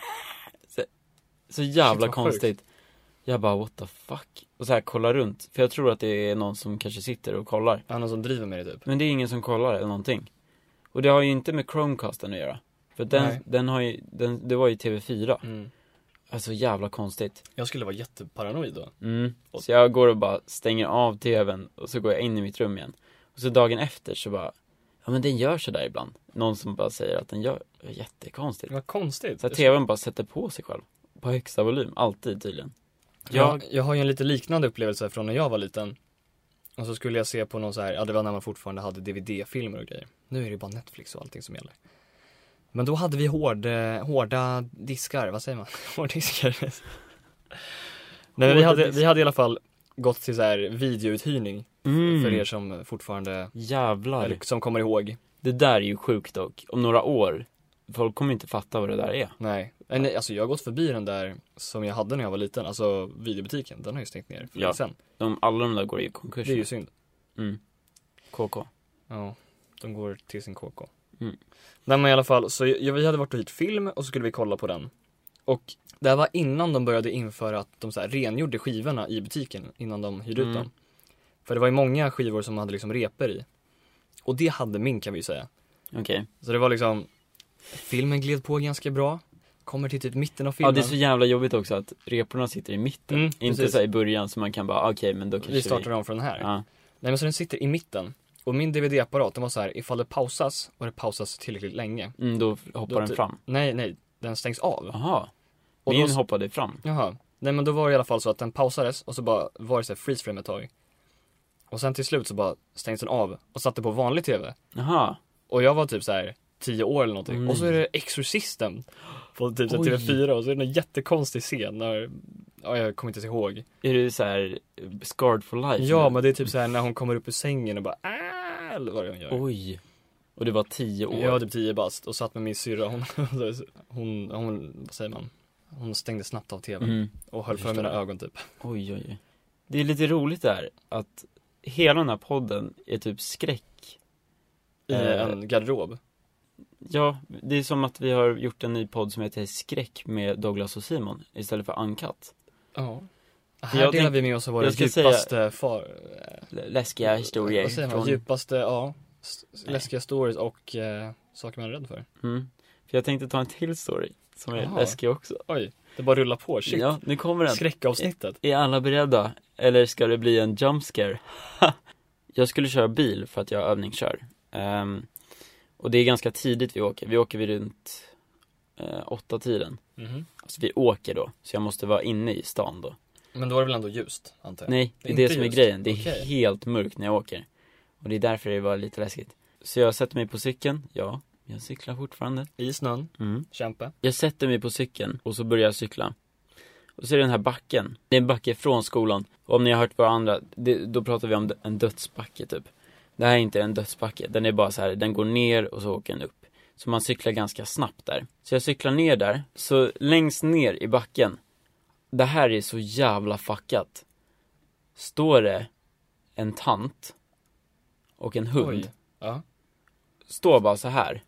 så, så jävla Shit, vad konstigt. Jag bara what the fuck. Och så här kollar runt, för jag tror att det är någon som kanske sitter och kollar. Han som driver med det typ. Men det är ingen som kollar eller någonting. Och det har ju inte med Chromecasten att göra. För den, Nej. den har ju, den, det var ju T V fyra. Mm. Alltså jävla konstigt. Jag skulle vara jätteparanoid då. Mm. Så jag går och bara stänger av tvn och så går jag in i mitt rum igen. Och så dagen efter så bara, ja men den gör så där ibland. Någon som bara säger att den gör jättekonstigt. Vad konstigt. Så att tvn bara sätter på sig själv. På högsta volym, alltid tydligen. Jag, jag har ju en lite liknande upplevelse från när jag var liten. Och så skulle jag se på någon så här, ja det var när man fortfarande hade D V D-filmer och grejer. Nu är det ju bara Netflix och allting som gäller. Men då hade vi hård, hårda diskar, vad säger man? Hårddiskar. Nej, men vi hade, vi hade i alla fall gått till så här videouthyrning. Mm. För er som fortfarande, Jävlar. eller som kommer ihåg. Det där är ju sjukt dock. Om några år, folk kommer inte fatta vad det där är. Nej, nej alltså jag har gått förbi den där som jag hade när jag var liten. Alltså videobutiken, den har ju stängt ner för Ja. sen. De, alla de där går i konkurs. Det är ju synd. Mm. K K. Ja, de går till sin K K. Mm. Nej men i alla fall, så jag, vi hade varit och hyrt film och så skulle vi kolla på den. Och det här var innan de började införa att de så här rengjorde skivorna i butiken innan de hyrde Mm. ut dem. För det var ju många skivor som hade liksom repor i. Och det hade min, kan vi säga. Okej. Okay. Så det var liksom, filmen gled på ganska bra. Kommer till typ mitten av Ja, filmen. det är så jävla jobbigt också att reporna sitter i mitten. Mm, inte precis. så här i början så man kan bara, okej okay, men då kanske vi startar om från den här. Ja. Nej men så den sitter i mitten. Och min D V D-apparat, den var så här, ifall det pausas och det pausas tillräckligt länge. Mm, då hoppar Då den ty- fram. Nej, nej, den stängs av. Jaha. Och Min då- hoppade fram. Jaha. Nej men då var det i alla fall så att den pausades och så bara var det så här freeze frame ett tag. Och sen till slut så bara stängs den av och satte på vanlig tv. Jaha. Och jag var typ så här tio år eller någonting. Mm. Och så är det Exorcisten på typ så här Oj. T V fyra och så är det en jättekonstig scen när, ja jag kommer inte ihåg. Är du så här scarred for life? Ja nu? men det är typ så här när hon kommer upp ur sängen och bara ah, eller vad det hon gör. Oj. Och det var tio år. Jag var typ tio bast och satt med min syrra. Hon, hon, hon, vad säger man? Hon stängde snabbt av tvn Mm. och höll Jag för mina förstår. ögon typ. Oj, oj, oj. Det är lite roligt där att hela den här podden är typ skräck. I Eh. en garderob. Ja, det är som att vi har gjort en ny podd som heter Skräck med Douglas och Simon istället för Uncut. Ja. Här Jag delar tänk- vi med oss av våra jag ska djupaste far... L- läskiga historier. Vad säger man? från- Djupaste, ja. S- Nej. Läskiga stories och eh, saker man är rädd för. Mm. För jag tänkte ta en till story som är Jaha. läskig också. Oj, det bara rullar på. Shit. Ja, nu kommer den. Skräckavsnittet. Är alla beredda? Eller ska det bli en jump scare? Jag skulle köra bil för att jag övningskör. Um, och det är ganska tidigt vi åker. Vi åker vid runt uh, åtta tiden. Mhm. Alltså vi åker då, så jag måste vara inne i stan då. Men då är det väl ändå ljust, antar jag? Nej, det är Inte det som är just. grejen. Det är Okej. helt mörkt när jag åker. Och det är därför det var lite läskigt. Så jag sätter mig på cykeln. Ja, jag cyklar fortfarande. I snön, Mm. kämpe. Jag sätter mig på cykeln och så börjar jag cykla. Och så är det den här backen. Det är en backe från skolan. Och om ni har hört varandra, det, då pratar vi om en dödsbacke typ. Det här är inte en dödsbacke. Den är bara så här, den går ner och så åker den upp. Så man cyklar ganska snabbt där. Så jag cyklar ner där. Så längst ner i backen, det här är så jävla fuckat. Står det en tant och en hund. Oj. Ja. Står bara så här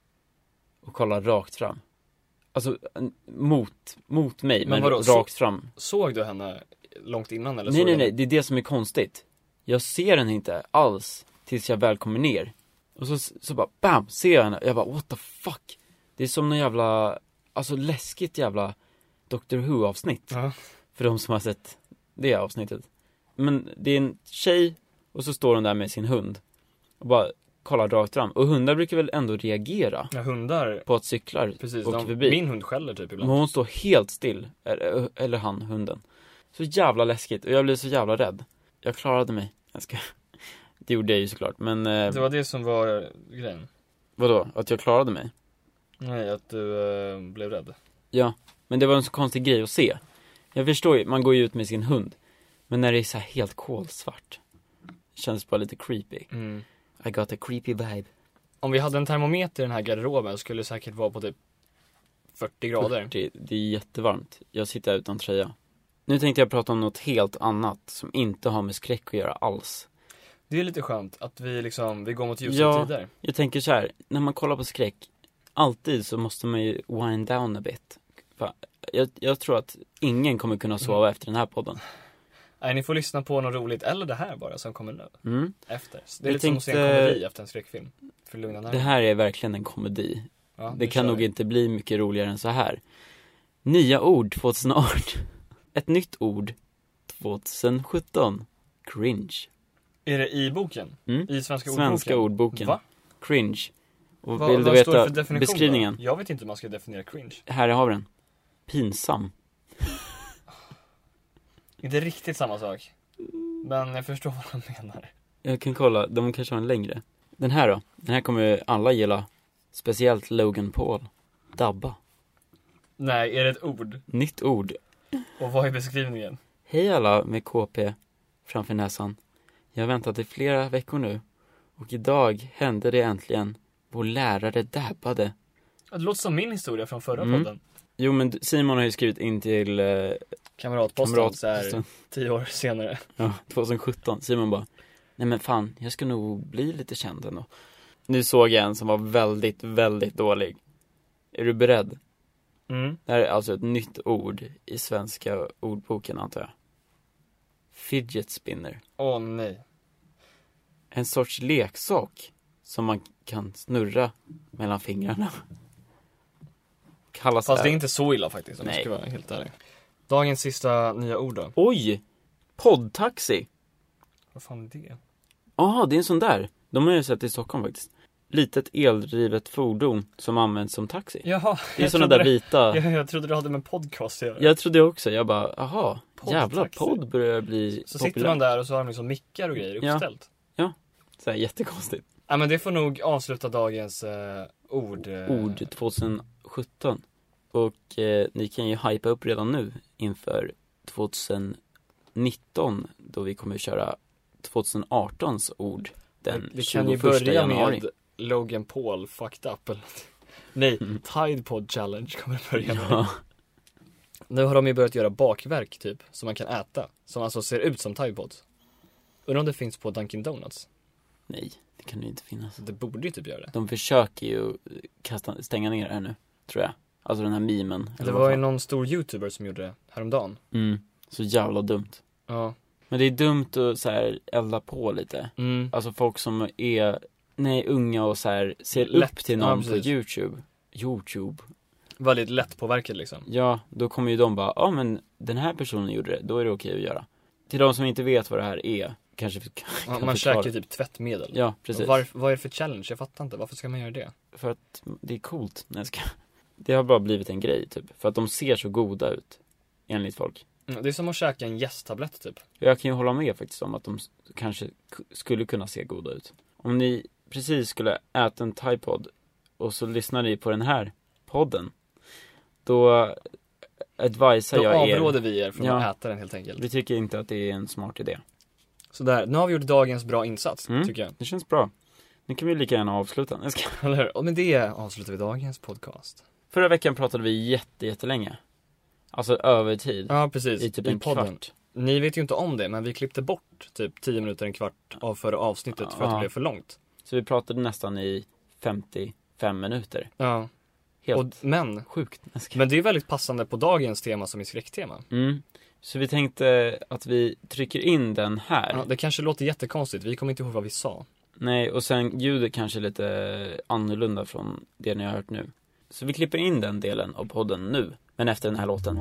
och kollar rakt fram. Alltså en- mot, mot mig, Men men, vadå, rakt så- fram. Såg du henne långt innan eller Nej, såg nej, du nej, henne? det är det som är konstigt. Jag ser henne inte alls tills jag väl kommer ner. Och så, så bara, bam, ser jag henne. Jag bara, what the fuck? Det är som någon jävla, alltså läskigt jävla Doctor Who-avsnitt. Ja. För de som har sett det avsnittet. Men det är en tjej och så står hon där med sin hund. Och bara kollar rakt fram. Och hundar brukar väl ändå reagera Ja, hundar. på att cyklar Precis, åker de, förbi. min hund skäller typ Men ibland. hon står helt still. Eller, eller han, hunden. Så jävla läskigt. Och jag blev så jävla rädd. Jag klarade mig. Jag ska... Det gjorde jag ju såklart. Men eh, Det var det som var grejen. vadå? Att jag klarade mig? Nej, att du eh, blev rädd. Ja. Men det var en så konstig grej att se. Jag förstår ju, man går ju ut med sin hund. Men när det är så här helt kolsvart. Känns bara lite creepy. Mm. I got a creepy vibe. Om vi hade en termometer i den här garderoben skulle det säkert vara på typ fyrtio grader. Det, det är jättevarmt. Jag sitter utan tröja. Nu tänkte jag prata om något helt annat som inte har med skräck att göra alls. Det är lite skönt att vi liksom, vi går mot ljusare Ja. tider. Jag tänker så här, när man kollar på skräck, alltid så måste man ju wind down a bit. För jag, jag tror att ingen kommer kunna sova efter den här podden. Nej, ni får lyssna på något roligt, eller det här bara som kommer nu, Mm. efter. Det är Jag lite som att se en tänkte- komedi efter en skräckfilm. För lugna nerver. Det här är verkligen en komedi. Ja, Det vi kan kör. nog inte bli mycket roligare än så här. Nya ord tjugohundraarton. Ett nytt ord tjugosjutton. Cringe. Är det i boken? Mm. I svenska, Svenska ordboken? ordboken. Va? Cringe. Och Va, vill du vad står det veta för definition beskrivningen? då? Jag vet inte hur man ska definiera cringe. Här har vi den. Pinsam. Inte riktigt samma sak. Men jag förstår vad de menar. Jag kan kolla, de kanske har en längre. Den här då? Den här kommer alla gilla. Speciellt Logan Paul. Dabba. Nej, är det ett ord? Nytt ord. Och vad är beskrivningen? Hej alla med K P framför näsan. Jag har väntat i flera veckor nu. Och idag hände det äntligen. Vår lärare dabbade. Det låter som min historia från förra Mm. podden. Jo, men Simon har ju skrivit in till eh, Kamratposten, Kamrat- så här tio år senare. ja, tjugosjutton. Simon bara, nej men fan, jag ska nog bli lite känd ändå. Nu såg jag en som var väldigt, väldigt dålig. Är du beredd? Mm. Det här är alltså ett nytt ord i svenska ordboken, antar jag. Fidget spinner. Åh nej. En sorts leksak som man kan snurra mellan fingrarna. Kallas Fast det är här. inte så illa faktiskt, om jag Nej. ska vara helt ärlig. Dagens sista nya ord då. Oj! Poddtaxi. Vad fan är det? Jaha, det är en sån där. De har jag sett i Stockholm faktiskt. Litet eldrivet fordon som används som taxi. Jaha. Det är jag såna trodde där det- vita. Jag, jag trodde det hade med podcast att göra. Jag trodde också, jag bara, aha, Poddtaxi. jävlar, podd börjar bli Så populär. sitter man där och så har de liksom mickar och grejer Ja. uppställt. Så här, jättekonstigt. Ja, men det får nog avsluta dagens eh, ord. Eh, Ord tjugosjutton. Och eh, ni kan ju hypa upp redan nu inför tjugonitton, då vi kommer köra tjugoartons ord den Vi kan ju tjugoförsta börja januari. med Logan Paul fucked up eller något. Nej, Tide Pod Challenge kommer det börja med. Ja. Nu har de ju börjat göra bakverk typ, som man kan äta. Som alltså ser ut som Tide Pods. Undrar om det finns på Dunkin Donuts. Nej, det kan det inte finnas. Det borde ju typ göra det. De försöker ju kasta, stänga ner det här nu, tror jag. Alltså den här memen. Det eller var vad ju fan. någon stor YouTuber som gjorde det häromdagen. Mm, så jävla dumt. Ja. Men det är dumt att så här elda på lite. Mm. Alltså folk som är, nej, unga och så här ser Lätt. upp till Ja, någon på precis. YouTube. YouTube. Väldigt lätt påverkad liksom. Ja, då kommer ju de bara, ja men den här personen gjorde det, då är det okej att göra. Till de som inte vet vad det här är, kanske kan Ja, kan man förklara. käkar typ tvättmedel. Ja, precis. Var, vad är det för challenge? Jag fattar inte. Varför ska man göra det? För att det är coolt. Nej, jag ska... Det har bara blivit en grej typ. För att de ser så goda ut, enligt folk. Mm, det är som att käka en jästtablett typ. Jag kan ju hålla med faktiskt om att de s- kanske k- skulle kunna se goda ut. Om ni precis skulle äta en Tide Pod och så lyssnar ni på den här podden, då advisar Då jag er. avråder vi er från Ja. att äta den helt enkelt. Vi tycker inte att det är en smart idé. Så där, nu har vi gjort dagens bra insats, Mm. tycker jag. Det känns bra. Nu kan vi lika gärna avsluta. Jag ska... Eller hur? Och med det avslutar vi dagens podcast. Förra veckan pratade vi jätte, jättelänge. Alltså övertid. Ja, precis. I typ en kvart. Ni vet ju inte om det, men vi klippte bort typ tio minuter, en kvart av förra avsnittet för att Ja. det blev för långt. Så vi pratade nästan i femtiofem minuter. Ja. Helt Och, men, sjukt. Jag ska... men det är väldigt passande på dagens tema som är skräcktema. Mm. Så vi tänkte att vi trycker in den här. Ja, det kanske låter jättekonstigt, vi kommer inte ihåg vad vi sa. Nej, och sen ljudet kanske är lite annorlunda från det ni har hört nu. Så vi klipper in den delen av podden nu, men efter den här låten.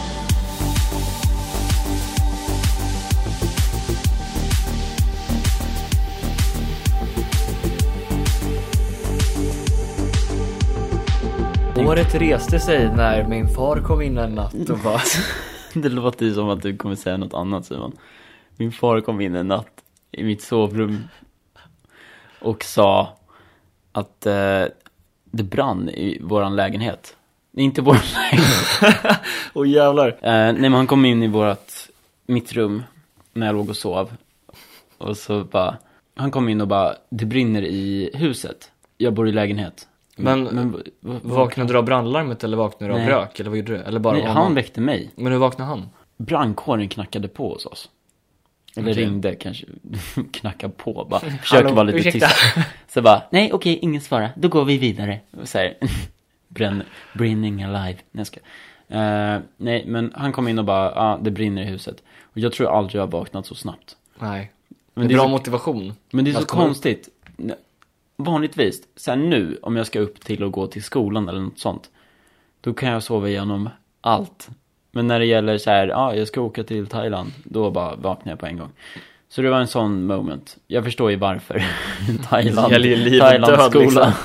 Året reste sig när min far kom in en natt och bara... Det låter ju som att du kommer säga något annat, Simon. Min far kom in en natt i mitt sovrum och sa att eh, det brann i våran lägenhet. Inte vår lägenhet. Åh jävlar. Eh, nej, men han kom in i vårat, mitt rum när jag låg och sov. Och så bara, han kom in och bara, det brinner i huset. Jag bor i lägenhet. Men, men v- v- vaknade du av brandlarmet eller vaknade du av Nej. rök? Eller vad gjorde du? Eller bara Nej, av han någon? väckte mig. Men hur vaknade han? Brandkåren knackade på hos oss. Eller Okej. ringde kanske. Knacka på. Bara försöker Hallå, vara lite ursäkta. tyst. Så bara, nej okej, ingen svara. Då går vi vidare. Och så här, bränn, brinning alive. Nej, jag ska. Uh, nej, men han kom in och bara, ja, ah, det brinner i huset. Och jag tror aldrig jag har vaknat så snabbt. Nej. Men det är bra så, motivation. men det är så Att komma upp. konstigt. N- vanligtvis, sen nu, om jag ska upp till att gå till skolan eller något sånt, då kan jag sova igenom allt. Men när det gäller så här, ja, ah, jag ska åka till Thailand, då bara vaknar jag på en gång. Så det var en sån moment. Jag förstår ju varför. Thailand, liv Thailand, död, skola.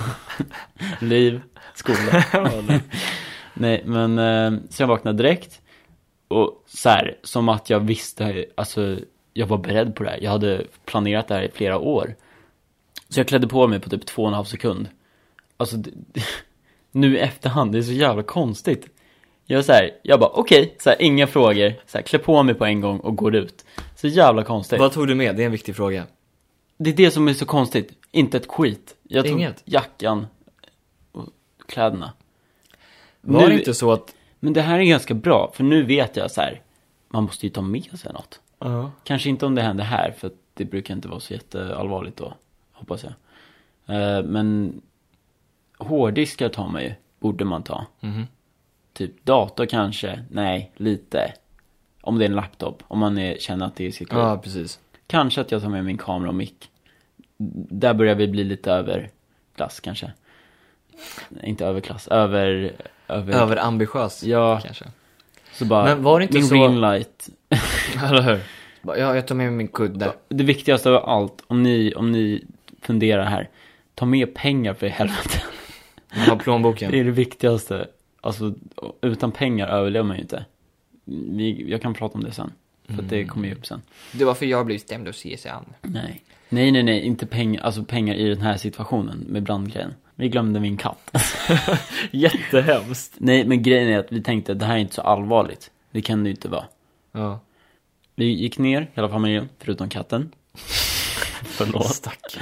Liv, skola. Nej, men eh, så jag vaknade direkt. Och så här, som att jag visste, alltså jag var beredd på det här. Jag hade planerat det här i flera år. Så jag klädde på mig på typ två och en halv sekund. Alltså, det, det, nu i efterhand, det är så jävla konstigt. Jag så här, jag bara okej, okay, så här, inga frågor, så här, klä på mig på en gång och går ut. Så jävla konstigt. Vad tog du med? Det är en viktig fråga. Det är det som är så konstigt. Inte ett skit. Jag tog Inget. jackan och kläderna. Var nu, det inte så att... Men det här är ganska bra, för nu vet jag så här, man måste ju ta med sig något. Uh-huh. Kanske inte om det händer här, för det brukar inte vara så jätteallvarligt då, hoppas jag. Uh, men hårddiskar tar man ju, borde man ta. Mm-hmm. Typ dator kanske, nej, lite. Om det är en laptop, om man är, känner att det är sitt liv. Ja, precis. Kanske att jag tar med min kamera och mick. Där börjar vi bli lite överklass kanske. Nej, inte överklass, över... Över, Överambitiös, ja, kanske. Så bara, men var det inte min så... ring light. Eller hur? Ja, jag tar med min kudde. Det viktigaste av allt, om ni, om ni funderar här, ta med pengar för i helvete. Man har plånboken. Det är det viktigaste. Alltså, utan pengar överlever man ju inte. Vi, jag kan prata om det sen. För mm. att det kommer ju upp sen. Det var för jag blev stämd av C S N. Nej. Nej, nej, nej. Inte pengar, alltså pengar i den här situationen med brandgrejen. Vi glömde min katt. Jättehemskt. Nej, men grejen är att vi tänkte att det här är inte så allvarligt. Det kan det ju inte vara. Ja. Vi gick ner, hela familjen, förutom katten. Förlåt. Stack.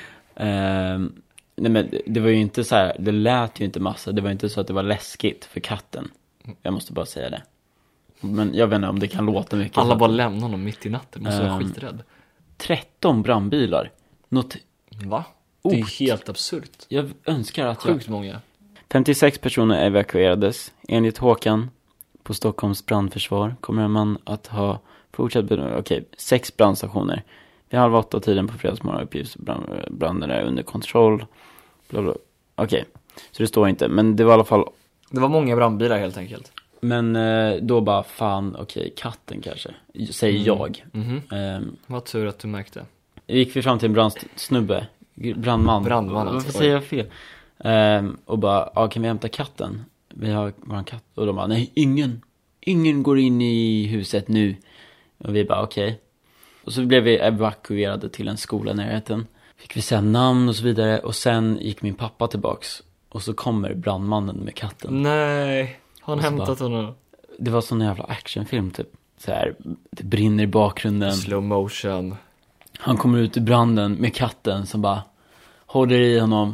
Uh, nej, men det var ju inte så här, det lät ju inte massa. Det var inte så att det var läskigt för katten. Jag måste bara säga det. Men jag vet inte om det kan låta mycket. Alla bara lämnar honom mitt i natten. Måste vara um, skiträdd. tretton brandbilar. Något... Va? Det är helt absurt. Jag önskar att Sjukt jag... många. femtiosex personer evakuerades. Enligt Håkan på Stockholms brandförsvar kommer man att ha fortsatt... Okej, okay, sex brandstationer. Vid halv åtta tiden på fredagsmorgon uppgivs branden är under kontroll. Okej, okay. Så det står inte. Men det var i alla fall... Det var många brandbilar helt enkelt. Men eh, då bara fan, okej, okay, katten kanske. Säger mm. jag. Mm-hmm. Um, Vad tur att du märkte. Gick vi fram till en brandsnubbe. Brandman. Brandman. Varför säger jag fel? Um, och bara, ja, kan vi hämta katten? Vi har vår katt. Och de bara, nej, ingen. Ingen går in i huset nu. Och vi bara, okej. Okay. Och så blev vi evakuerade till en skola i närheten. Fick vi säga namn och så vidare. Och sen gick min pappa tillbaks. Och så kommer brandmannen med katten. Nej, har han hämtat bara, honom? Det var sån jävla actionfilm typ. Så här, det brinner i bakgrunden. Slow motion. Han kommer ut i branden med katten som bara håller i honom.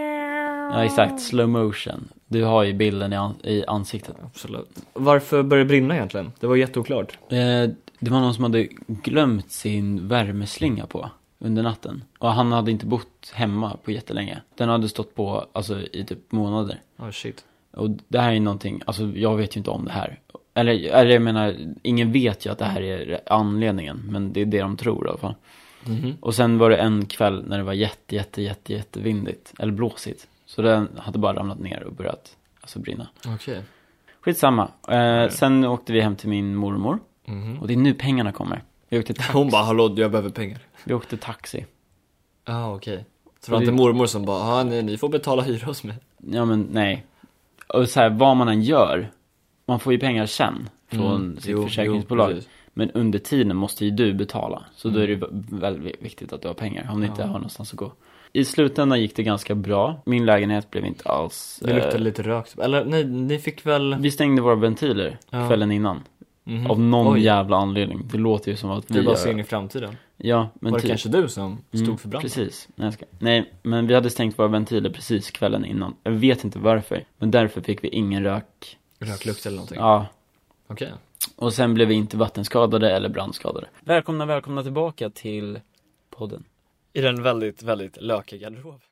Ja, exakt, slow motion. Du har ju bilden i, an- i ansiktet. Absolut. Varför började det brinna egentligen? Det var jätteoklart. Eh, det var någon som hade glömt sin värmeslinga på under natten. Och han hade inte bott hemma på jättelänge. Den hade stått på alltså, i typ månader. Oh shit. Och det här är någonting, alltså jag vet ju inte om det här. Eller, eller jag menar, ingen vet ju att det här är anledningen. Men det är det de tror i alla fall. Mm-hmm. Och sen var det en kväll när det var jätte, jätte, jätte, jätte vindigt. Eller blåsigt. Så den hade bara ramlat ner och börjat alltså, brinna. Okej. Okay. Skitsamma. Eh, sen åkte vi hem till min mormor. Mm-hmm. Och det är nu pengarna kommer. Vi åkte taxi. Hon bara, hallå, jag behöver pengar. Vi åkte taxi. Ja, ah, okej. Okay. Så det var inte mormor som bara, ja, nej, ni får betala hyra hos mig. Ja, men nej. Och så här, vad man än gör. Man får ju pengar sen från mm. sitt jo, försäkringsbolag. Jo, men under tiden måste ju du betala. Så mm. då är det väldigt viktigt att du har pengar. Om du ja. inte har någonstans att gå. I slutändan gick det ganska bra. Min lägenhet blev inte alls... Det luktade äh, lite rökt. Eller nej, ni fick väl... Vi stängde våra ventiler ja. kvällen innan. Mm-hmm. Av någon Oj. jävla anledning. Det låter ju som att vi... Du bara ser in i framtiden. Ja, men var det typ... kanske du som stod mm, för branden? Precis. Nej, jag ska... Nej, men vi hade stängt våra ventiler precis kvällen innan. Jag vet inte varför. Men därför fick vi ingen rök... Röklukt eller någonting? Ja. Okej. Okay. Och sen blev vi inte vattenskadade eller brandskadade. Välkomna, välkomna tillbaka till podden. I den väldigt, väldigt lökiga garderob.